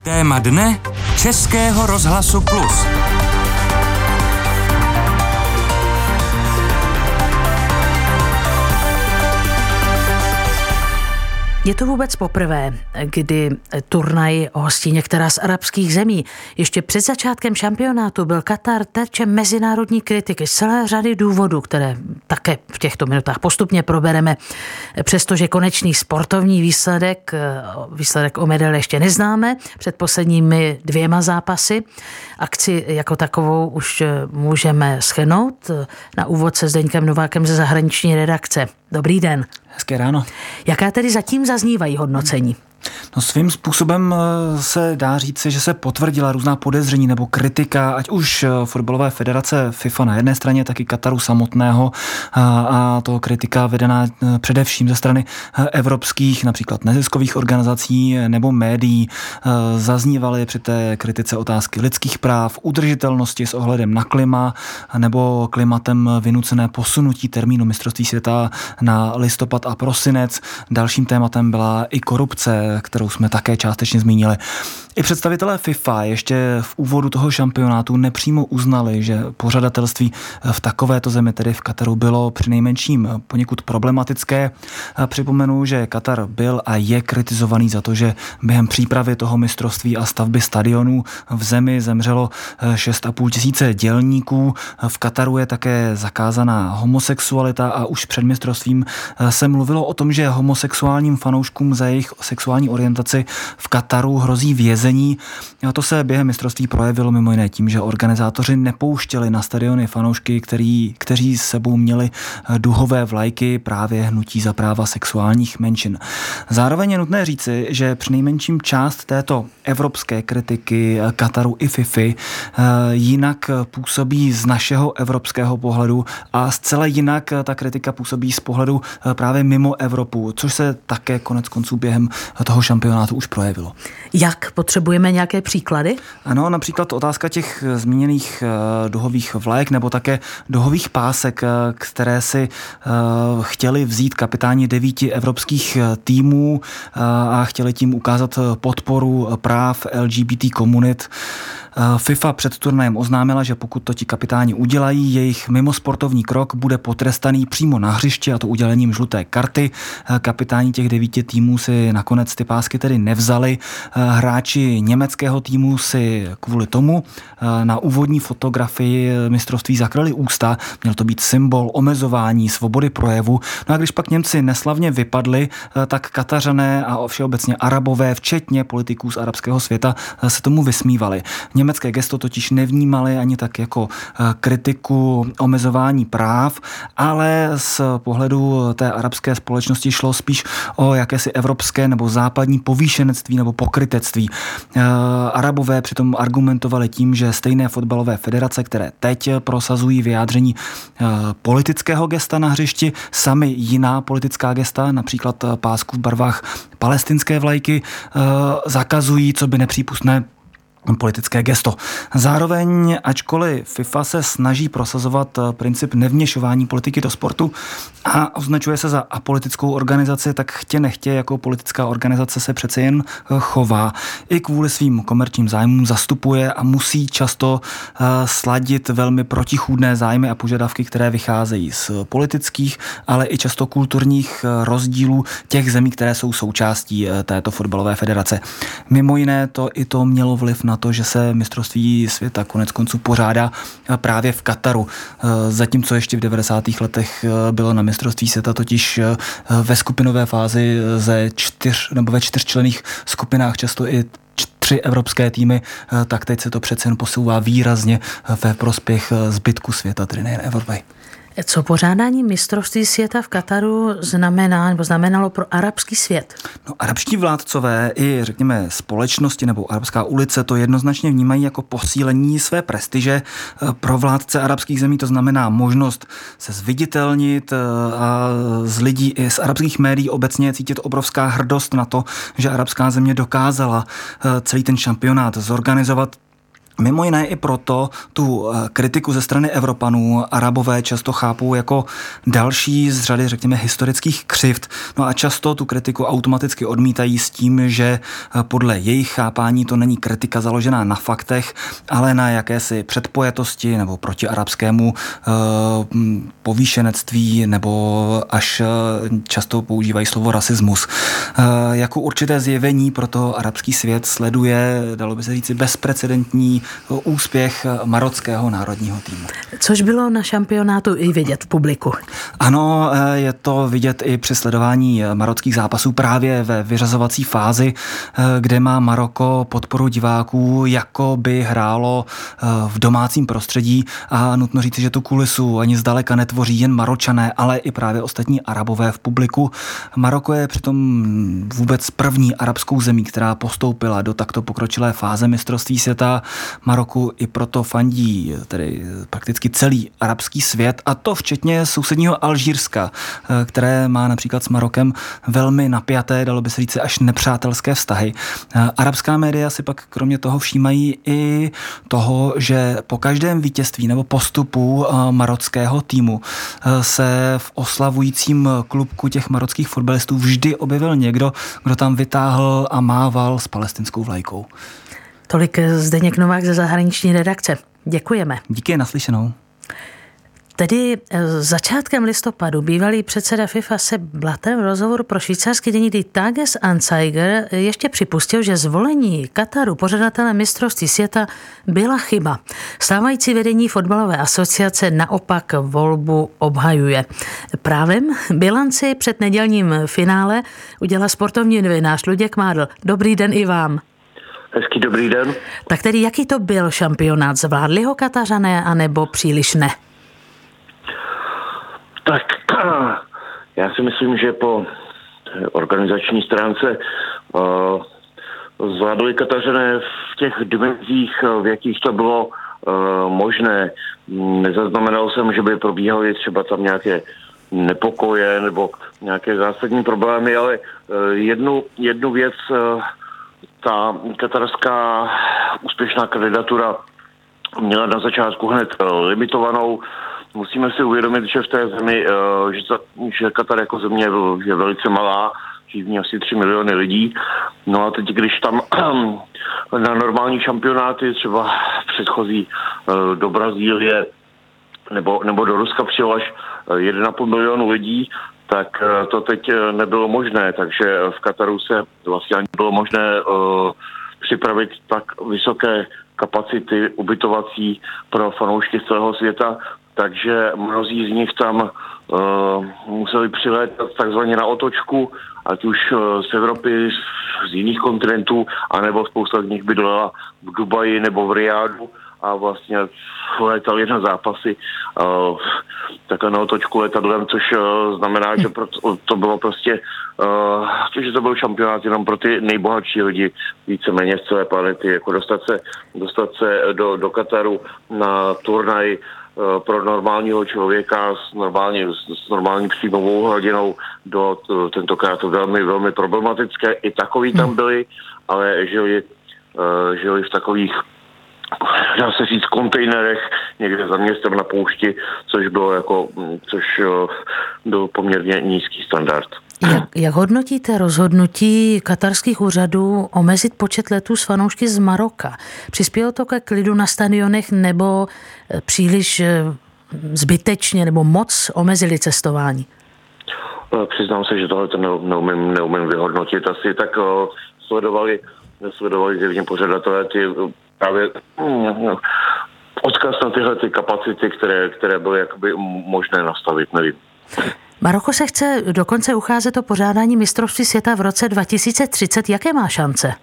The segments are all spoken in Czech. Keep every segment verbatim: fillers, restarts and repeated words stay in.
Téma dne Českého rozhlasu Plus. Je to vůbec poprvé, kdy turnaj hostí některá z arabských zemí. Ještě před začátkem šampionátu byl Katar terčem mezinárodní kritiky z celé řady důvodů, které také v těchto minutách postupně probereme. Přestože konečný sportovní výsledek, výsledek o medaili ještě neznáme, před posledními dvěma zápasy. Akci jako takovou už můžeme shrnout. Na úvod se Zdeňkem Novákem ze zahraniční redakce. Dobrý den. Hezké ráno. Jaká tedy zatím zaznívají hodnocení? No svým způsobem se dá říci, že se potvrdila různá podezření nebo kritika, ať už fotbalové federace FIFA na jedné straně, tak i Kataru samotného, a to kritika vedená především ze strany evropských, například neziskových organizací nebo médií. Zaznívaly při té kritice otázky lidských práv, udržitelnosti s ohledem na klima nebo klimatem vynucené posunutí termínu mistrovství světa na listopad a prosinec. Dalším tématem byla i korupce, kterou jsme také částečně zmínili. I představitelé FIFA ještě v úvodu toho šampionátu nepřímo uznali, že pořadatelství v takovéto zemi, tedy v Kataru, bylo přinejmenším poněkud problematické. Připomenu, že Katar byl a je kritizovaný za to, že během přípravy toho mistrovství a stavby stadionů v zemi zemřelo šest a půl tisíce dělníků. V Kataru je také zakázaná homosexualita a už před mistrovstvím se mluvilo o tom, že homosexuálním fanouškům za jejich sexuální orientaci v Kataru hrozí vězení. A to se během mistrovství projevilo mimo jiné tím, že organizátoři nepouštěli na stadiony fanoušky, který, kteří s sebou měli duhové vlajky, právě hnutí za práva sexuálních menšin. Zároveň je nutné říci, že přinejmenším část této evropské kritiky Kataru i FIFA jinak působí z našeho evropského pohledu a zcela jinak ta kritika působí z pohledu právě mimo Evropu, což se také konec konců během toho šampionátu už projevilo. Jak potřebujeme nějaké příklady? Ano, například otázka těch zmíněných duhových vlajek nebo také duhových pásek, které si chtěli vzít kapitáni devíti evropských týmů a chtěli tím ukázat podporu práv L G B T komunit. FIFA před turnajem oznámila, že pokud to ti kapitáni udělají, jejich mimosportovní krok bude potrestaný přímo na hřišti, a to udělením žluté karty. Kapitáni těch devíti týmů si nakonec ty pásky tedy nevzali. Hráči německého týmu si kvůli tomu na úvodní fotografii mistrovství zakryli ústa. Měl to být symbol omezování svobody projevu. No a když pak Němci neslavně vypadli, tak Katařané a všeobecně Arabové, včetně politiků z arabského světa, se tomu vysmívali. Německé gesto totiž nevnímali ani tak jako kritiku omezování práv, ale z pohledu té arabské společnosti šlo spíš o jakési evropské nebo západní povýšenectví nebo pokrytectví. Arabové přitom argumentovali tím, že stejné fotbalové federace, které teď prosazují vyjádření politického gesta na hřišti, sami jiná politická gesta, například pásku v barvách palestinské vlajky, zakazují, co by nepřípustné politické gesto. Zároveň, ačkoliv FIFA se snaží prosazovat princip nevměšování politiky do sportu a označuje se za apolitickou organizaci, tak chtě nechtě jako politická organizace se přece jen chová. I kvůli svým komerčním zájmům zastupuje a musí často sladit velmi protichůdné zájmy a požadavky, které vycházejí z politických, ale i často kulturních rozdílů těch zemí, které jsou součástí této fotbalové federace. Mimo jiné to i to mělo vliv na na to, že se mistrovství světa konec konců pořádá právě v Kataru. Zatímco ještě v devadesátých letech bylo na mistrovství světa totiž ve skupinové fázi ze čtyř nebo ve čtyřčlenných skupinách často i tři evropské týmy, tak teď se to přece jen posouvá výrazně ve prospěch zbytku světa, tedy nejen Evropy. Co pořádání mistrovství světa v Kataru znamená nebo znamenalo pro arabský svět? No, arabští vládcové i řekněme společnosti nebo arabská ulice to jednoznačně vnímají jako posílení své prestiže. Pro vládce arabských zemí to znamená možnost se zviditelnit a z lidí i z arabských médií obecně cítit obrovská hrdost na to, že arabská země dokázala celý ten šampionát zorganizovat Mimo jiné i proto tu kritiku ze strany Evropanů Arabové často chápou jako další z řady, řekněme, historických křivd. No a často tu kritiku automaticky odmítají s tím, že podle jejich chápání to není kritika založená na faktech, ale na jakési předpojatosti nebo proti arabskému eh, povýšenectví, nebo až často používají slovo rasismus. Eh, jako určité zjevení proto arabský svět sleduje, dalo by se říci, bezprecedentní úspěch marockého národního týmu. Což bylo na šampionátu i vidět v publiku. Ano, je to vidět i při sledování marockých zápasů právě ve vyřazovací fázi, kde má Maroko podporu diváků, jako by hrálo v domácím prostředí, a nutno říct, že tu kulisu ani zdaleka netvoří jen Maročané, ale i právě ostatní Arabové v publiku. Maroko je přitom vůbec první arabskou zemí, která postoupila do takto pokročilé fáze mistrovství světa. Maroku i proto fandí tedy prakticky celý arabský svět, a to včetně sousedního Alžírska, které má například s Marokem velmi napjaté, dalo by se říct až nepřátelské vztahy. Arabská média si pak kromě toho všímají i toho, že po každém vítězství nebo postupu marockého týmu se v oslavujícím klubku těch marockých fotbalistů vždy objevil někdo, kdo tam vytáhl a mával s palestinskou vlajkou. Tolik Zdeněk Novák ze zahraniční redakce. Děkujeme. Díky, naslyšenou. Tedy začátkem listopadu bývalý předseda FIFA Sepp Blatter v rozhovoru pro švýcarský deník Die Tages-Anzeiger ještě připustil, že zvolení Kataru pořadatelem mistrovství světa byla chyba. Stávající vedení fotbalové asociace naopak volbu obhajuje. Právem bilanci před nedělním finále udělal sportovní novinář Luděk Mádl. Dobrý den i vám. Hezký dobrý den. Tak tedy jaký to byl šampionát? Zvládli ho Katařané, anebo příliš ne? Tak já si myslím, že po organizační stránce uh, zvládli Katařané v těch dimenzích, v jakých to bylo uh, možné. Nezaznamenal jsem, že by probíhaly třeba tam nějaké nepokoje nebo nějaké zásadní problémy, ale uh, jednu, jednu věc, uh, ta katarská úspěšná kandidatura měla na začátku hned uh, limitovanou. Musíme si uvědomit, že v té zemi, že, ta, že Katar jako země je velice malá, žijí v ní asi tři miliony lidí. No a teď, když tam na normální šampionáty, třeba předchozí do Brazílie nebo, nebo do Ruska přijel až jeden a půl milionu lidí, tak to teď nebylo možné, takže v Kataru se vlastně ani bylo možné uh, připravit tak vysoké kapacity ubytovací pro fanoušky z celého světa, takže mnozí z nich tam uh, museli přilétat takzvaně na otočku, ať už uh, z Evropy, z, z jiných kontinentů, anebo spousta z nich bydlela v Dubaji nebo v Riádu a vlastně létali na zápasy uh, takhle na otočku letadlem, což uh, znamená, že pro to, to bylo prostě uh, že to byl šampionát jenom pro ty nejbohatší lidi víceméně z celé planety, jako dostat se, dostat se do, do Kataru na turnaj pro normálního člověka s, normální, s normální příjmovou hladinou do to, tentokrát to velmi, velmi problematické. I takový tam byli, ale žili, uh, žili v takových, dá se říct, kontejnerech někde za městem na poušti, což bylo jako, což uh, byl poměrně nízký standard. Jak, jak hodnotíte rozhodnutí katarských úřadů omezit počet letů s fanoušky z Maroka? Přispělo to ke klidu na stadionech, nebo příliš zbytečně nebo moc omezili cestování? Přiznám se, že tohle to neumím, neumím vyhodnotit. Asi tak uh, sledovali, sledovali zjevně pořadatelé ty právě uh, odkaz na tyhle ty kapacity, které, které byly jakoby možné nastavit, nevím. Maroko se chce dokonce ucházet o pořádání mistrovství světa v roce dva tisíce třicet. Jaké má šance?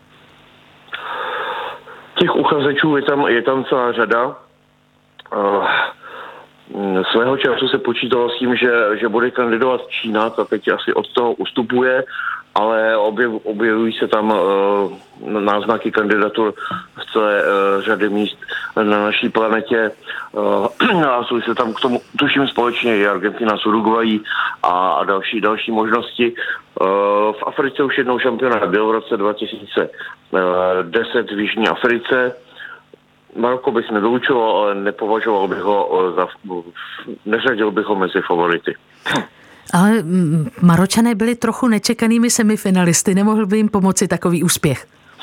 Těch uchazečů je tam, je tam celá řada. Uh, svého času se počítalo s tím, že, že bude kandidovat Čína, a teď asi od toho ustupuje, ale objev, objevují se tam uh, náznaky kandidatur v celé uh, řady míst na naší planetě. Uh, a jsou se tam k tomu, tuším společně i Argentina s Uruguayí a, a další, další možnosti. Uh, v Africe už jednou šampionát byl v roce dva tisíce deset v Jižní Africe. Maroko bych nevylučoval, ale nepovažoval bych ho za, neřadil bych ho mezi favority. Ale Maročané byli trochu nečekanými semifinalisty, nemohl by jim pomoci takový úspěch?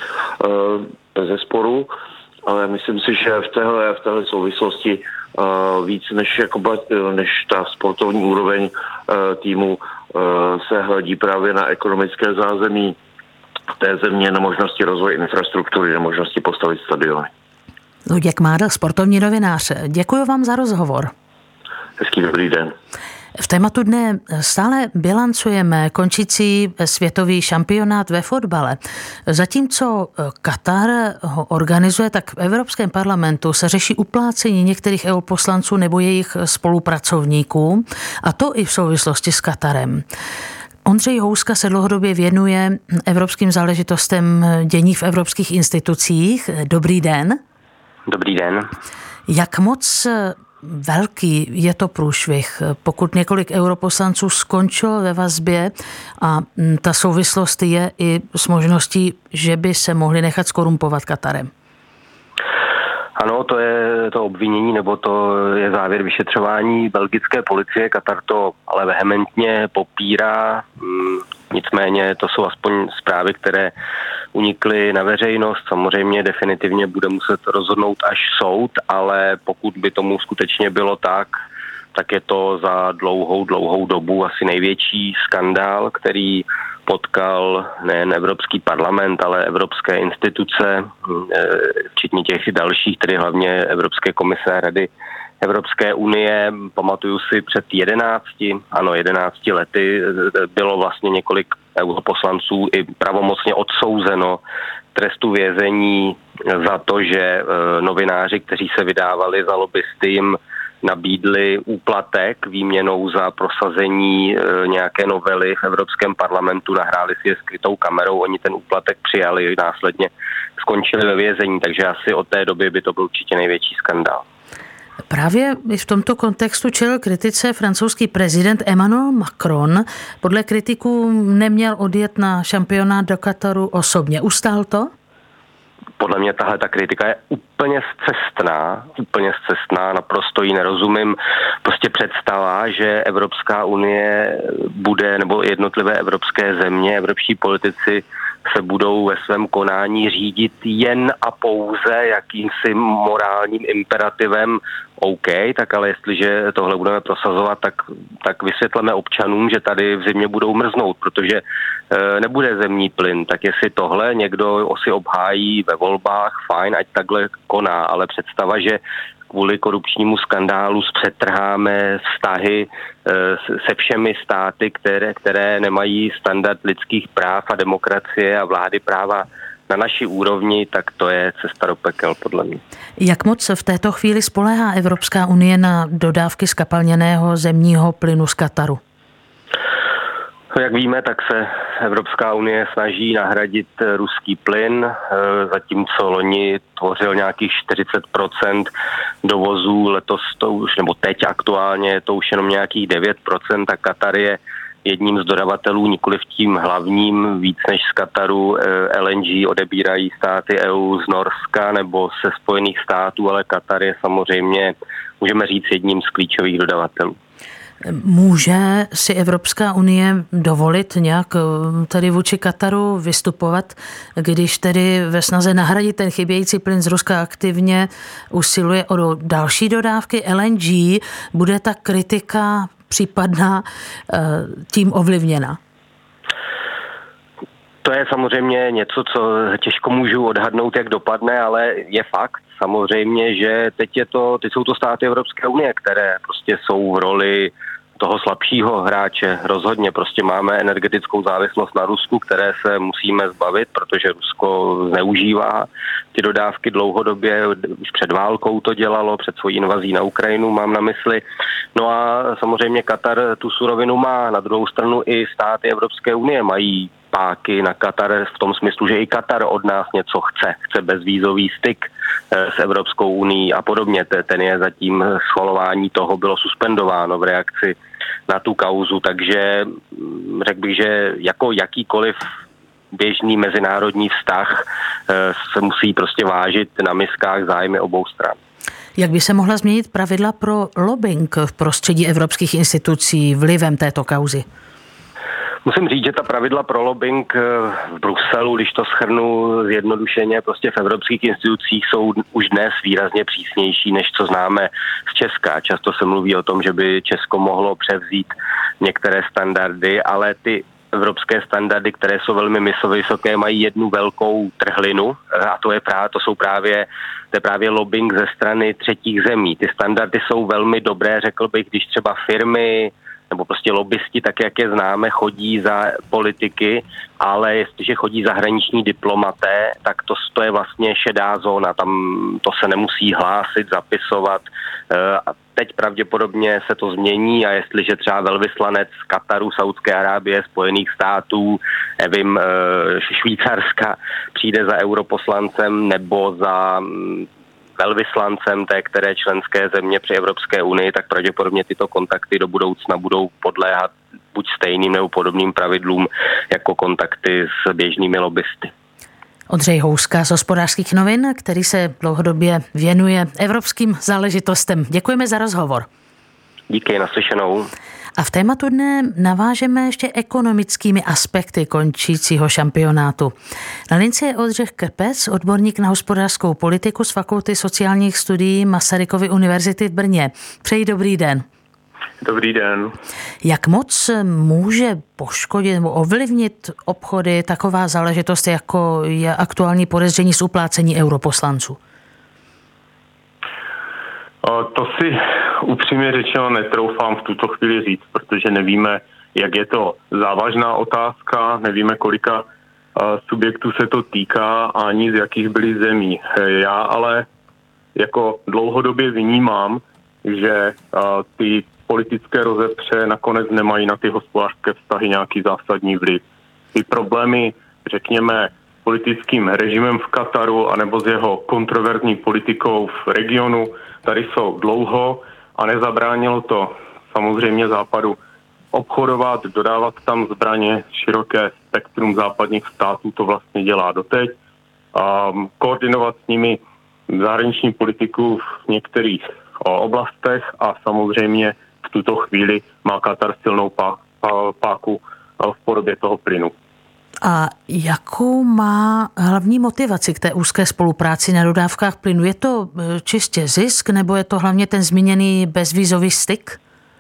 Bez sporu, ale myslím si, že v téhle, v téhle souvislosti víc než, jako, než ta sportovní úroveň týmu se hledí právě na ekonomické zázemí té země, na možnosti rozvoje infrastruktury, na možnosti postavit stadiony. Luděk Mádl, sportovní novinář. Děkuji vám za rozhovor. Hezký dobrý den. V tématu dne stále bilancujeme končící světový šampionát ve fotbale. Zatímco Katar ho organizuje, tak v Evropském parlamentu se řeší uplácení některých europoslanců nebo jejich spolupracovníků, a to i v souvislosti s Katarem. Ondřej Houska se dlouhodobě věnuje evropským záležitostem dění v evropských institucích. Dobrý den. Dobrý den. Jak moc velký je to průšvih, pokud několik europoslanců skončilo ve vazbě a ta souvislost je i s možností, že by se mohli nechat skorumpovat Katarem? Ano, to je to obvinění, nebo to je závěr vyšetřování belgické policie. Katar to ale vehementně popírá. Nicméně to jsou aspoň zprávy, které unikly na veřejnost. Samozřejmě definitivně bude muset rozhodnout až soud, ale pokud by tomu skutečně bylo tak, tak je to za dlouhou, dlouhou dobu asi největší skandál, který potkal nejen Evropský parlament, ale evropské instituce, včetně těch dalších, tedy hlavně Evropské komise a Rady Evropské unie. Pamatuju si před jedenácti, ano, jedenácti lety bylo vlastně několik europoslanců i pravomocně odsouzeno trestu vězení za to, že novináři, kteří se vydávali za lobbysty, jim nabídli úplatek výměnou za prosazení nějaké novely v Evropském parlamentu, nahráli si je skrytou kamerou, oni ten úplatek přijali, následně skončili ve vězení, takže asi od té doby by to byl určitě největší skandál. Právě v tomto kontextu čelil kritice francouzský prezident Emmanuel Macron. Podle kritiků neměl odjet na šampionát do Kataru osobně. Ustál to? Podle mě tahle ta kritika je úplně scestná, úplně scestná, naprosto jí nerozumím. Prostě představa, že Evropská unie bude, nebo jednotlivé evropské země, evropští politici se budou ve svém konání řídit jen a pouze jakýmsi morálním imperativem. OK, tak ale jestliže tohle budeme prosazovat, tak, tak vysvětleme občanům, že tady v zimě budou mrznout, protože e, nebude zemní plyn. Tak jestli tohle někdo si obhájí ve volbách, fajn, ať takhle koná, ale představa, že kvůli korupčnímu skandálu zpřetrháme vztahy se všemi státy, které, které nemají standard lidských práv a demokracie a vlády práva na naší úrovni, tak to je cesta do pekel, podle mě. Jak moc v této chvíli spoléhá Evropská unie na dodávky zkapalněného zemního plynu z Kataru? Jak víme, tak se Evropská unie snaží nahradit ruský plyn, zatímco loni tvořil nějakých čtyřicet procent dovozů, letos to už, nebo teď aktuálně je to už jenom nějakých devět procent a Katar je jedním z dodavatelů, nikoliv tím hlavním, víc než z Kataru. L N G odebírají státy E U z Norska nebo ze Spojených států, ale Katar je samozřejmě, můžeme říct, jedním z klíčových dodavatelů. Může si Evropská unie dovolit nějak tady vůči Kataru vystupovat, když tedy ve snaze nahradit ten chybějící plyn z Ruska aktivně usiluje o další dodávky L N G? Bude ta kritika případná tím ovlivněna? To je samozřejmě něco, co těžko můžu odhadnout, jak dopadne, ale je fakt samozřejmě, že teď, je to, teď jsou to státy Evropské unie, které prostě jsou v roli toho slabšího hráče. Rozhodně prostě máme energetickou závislost na Rusku, které se musíme zbavit, protože Rusko zneužívá ty dodávky dlouhodobě, už před válkou to dělalo, před svojí invazí na Ukrajinu mám na mysli. No a samozřejmě Katar tu surovinu má, na druhou stranu i státy Evropské unie mají páky na Katar v tom smyslu, že i Katar od nás něco chce. Chce bezvízový styk s Evropskou unií a podobně. Ten je zatím schvalování toho bylo suspendováno v reakci na tu kauzu, takže řekl bych, že jako jakýkoliv běžný mezinárodní vztah se musí prostě vážit na miskách zájmy obou stran. Jak by se mohla změnit pravidla pro lobbying v prostředí evropských institucí vlivem této kauzy? Musím říct, že ta pravidla pro lobbying v Bruselu, když to shrnu zjednodušeně, prostě v evropských institucích jsou už dnes výrazně přísnější, než co známe z Česka. Často se mluví o tom, že by Česko mohlo převzít některé standardy, ale ty evropské standardy, které jsou velmi vysoké, mají jednu velkou trhlinu a to, je právě, to jsou právě, to je právě lobbying ze strany třetích zemí. Ty standardy jsou velmi dobré, řekl bych, když třeba firmy nebo prostě lobbysti, tak jak je známe, chodí za politiky, ale jestliže chodí zahraniční diplomaté, tak to, to je vlastně šedá zóna, tam to se nemusí hlásit, zapisovat. A teď pravděpodobně se to změní a jestliže třeba velvyslanec z Kataru, Saúdské Arábie, Spojených států, nevím, Švýcarska přijde za europoslancem nebo za velvyslancem té které členské země při Evropské unii, tak pravděpodobně tyto kontakty do budoucna budou podléhat buď stejným nebo podobným pravidlům jako kontakty s běžnými lobbysty. Ondřej Houska z Hospodářských novin, který se dlouhodobě věnuje evropským záležitostem. Děkujeme za rozhovor. Díky, naslyšenou. A v tématu dne navážeme ještě ekonomickými aspekty končícího šampionátu. Na lince je Oldřich Krpec, odborník na hospodářskou politiku z Fakulty sociálních studií Masarykovy univerzity v Brně. Přeji dobrý den. Dobrý den. Jak moc může poškodit nebo ovlivnit obchody taková záležitost, jako je aktuální podezření z uplácení europoslanců? To si upřímně řečeno netroufám v tuto chvíli říct, protože nevíme, jak je to závažná otázka, nevíme, kolika subjektů se to týká ani z jakých byly zemí. Já ale jako dlouhodobě vnímám, že ty politické rozepře nakonec nemají na ty hospodářské vztahy nějaký zásadní vliv. Ty problémy, řekněme, politickým režimem v Kataru anebo s jeho kontroverzní politikou v regionu tady jsou dlouho a nezabránilo to samozřejmě Západu obchodovat, dodávat tam zbraně, široké spektrum západních států to vlastně dělá doteď. A koordinovat s nimi zahraniční politiku v některých oblastech a samozřejmě v tuto chvíli má Katar silnou páku v podobě toho plynu. A jakou má hlavní motivaci k té úzké spolupráci na dodávkách plynu? Je to čistě zisk, nebo je to hlavně ten zmíněný bezvízový styk?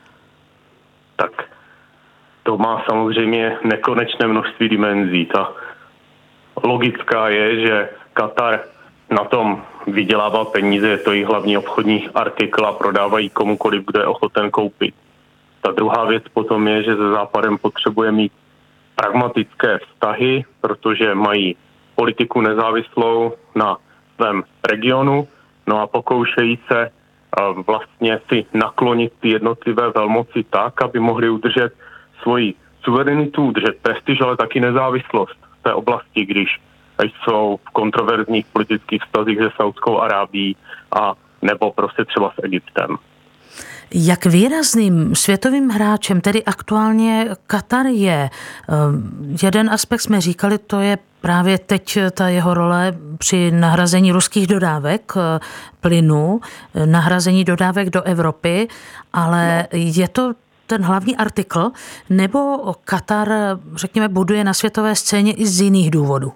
Tak to má samozřejmě nekonečné množství dimenzí. Ta logická je, že Katar na tom vydělává peníze, je to jejich hlavní obchodní artikl a prodávají komukoliv, kdo je ochoten koupit. Ta druhá věc potom je, že se Západem potřebuje mít pragmatické vztahy, protože mají politiku nezávislou na svém regionu, no a pokoušejí se vlastně si naklonit ty jednotlivé velmoci tak, aby mohli udržet svoji suverenitu, udržet prestiž, ale taky nezávislost v té oblasti, když jsou v kontroverzních politických vztazích se Saúdskou Arábií a nebo prostě třeba s Egyptem. Jak výrazným světovým hráčem tedy aktuálně Katar je? Jeden aspekt jsme říkali, to je právě teď ta jeho role při nahrazení ruských dodávek plynu, nahrazení dodávek do Evropy, ale je to ten hlavní artikl, nebo Katar, řekněme, buduje na světové scéně i z jiných důvodů?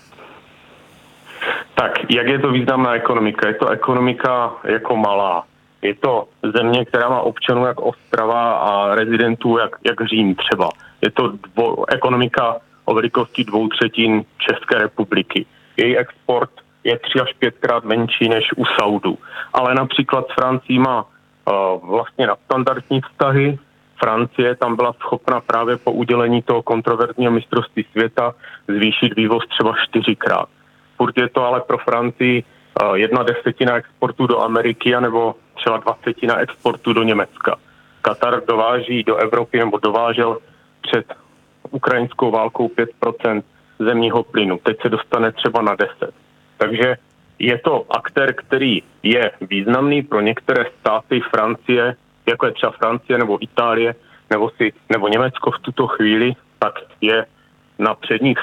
Tak, jak je to významná ekonomika? Je to ekonomika jako malá. Je to země, která má občanů jak Ostrava a rezidentů jak, jak Řím třeba. Je to dvo, ekonomika o velikosti dvou třetin České republiky. Její export je tři až pětkrát menší než u Saudu. Ale například s Francií má uh, vlastně nadstandardní vztahy. Francie tam byla schopna právě po udělení toho kontroverzního mistrovství světa zvýšit vývoz třeba čtyřikrát. Furt je to ale pro Francii uh, jedna desetina exportu do Ameriky anebo třeba dvacetina exportu do Německa. Katar dováží do Evropy nebo dovážel před ukrajinskou válkou pět procent zemního plynu. Teď se dostane třeba na deset. Takže je to aktér, který je významný pro některé státy Francie, jako je třeba Francie nebo Itálie nebo, si, nebo Německo v tuto chvíli, tak je na předních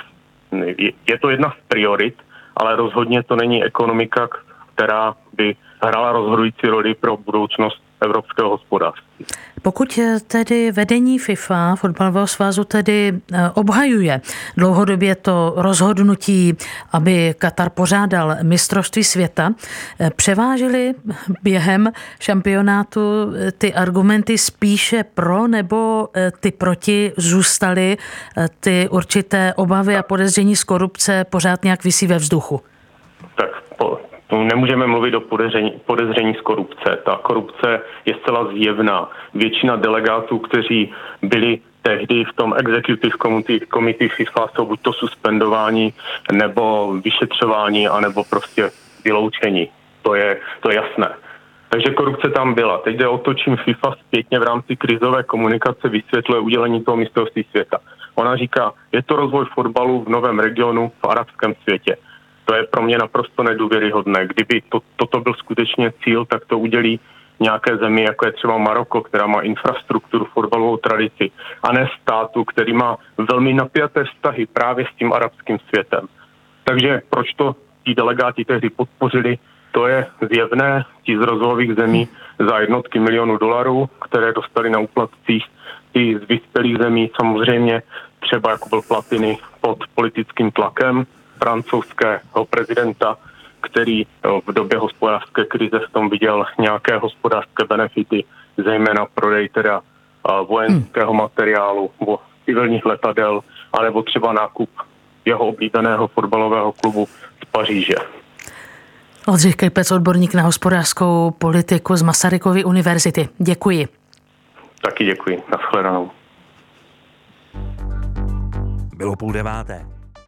je to jedna z priorit, ale rozhodně to není ekonomika, která by hrála rozhodující roli pro budoucnost evropského hospodářství. Pokud tedy vedení FIFA, fotbalového svazu, tedy obhajuje dlouhodobě to rozhodnutí, aby Katar pořádal mistrovství světa, převážily během šampionátu ty argumenty spíše pro, nebo ty proti zůstaly ty určité obavy a podezření z korupce pořád nějak visí ve vzduchu? Tak po... Nemůžeme mluvit o podezření, podezření z korupce. Ta korupce je zcela zjevná. Většina delegátů, kteří byli tehdy v tom executive committee, committee FIFA, jsou buď to suspendováni, nebo vyšetřování, anebo prostě vyloučení. To je, to je jasné. Takže korupce tam byla. Teď jde o to, čím FIFA zpětně v rámci krizové komunikace vysvětluje udělení toho mistrovství světa. Ona říká, je to rozvoj fotbalu v novém regionu v arabském světě. To je pro mě naprosto nedůvěryhodné. Kdyby to, toto byl skutečně cíl, tak to udělí nějaké zemi, jako je třeba Maroko, která má infrastrukturu, fotbalovou tradici, a ne státu, který má velmi napjaté vztahy právě s tím arabským světem. Takže proč to ti delegáti tehdy podpořili, to je zjevné. Ti z rozvojových zemí za jednotky milionů dolarů, které dostali na úplatcích, ti z vyspělých zemí samozřejmě třeba jako byl Platini pod politickým tlakem francouzského prezidenta, který v době hospodářské krize v tom viděl nějaké hospodářské benefity, zejména prodej teda vojenského materiálu, civilních letadel, anebo třeba nákup jeho oblíbeného fotbalového klubu z Paříže. Oldřich Kripec, odborník na hospodářskou politiku z Masarykovy univerzity. Děkuji. Taky děkuji. Nashledanou. Bylo půl deváté.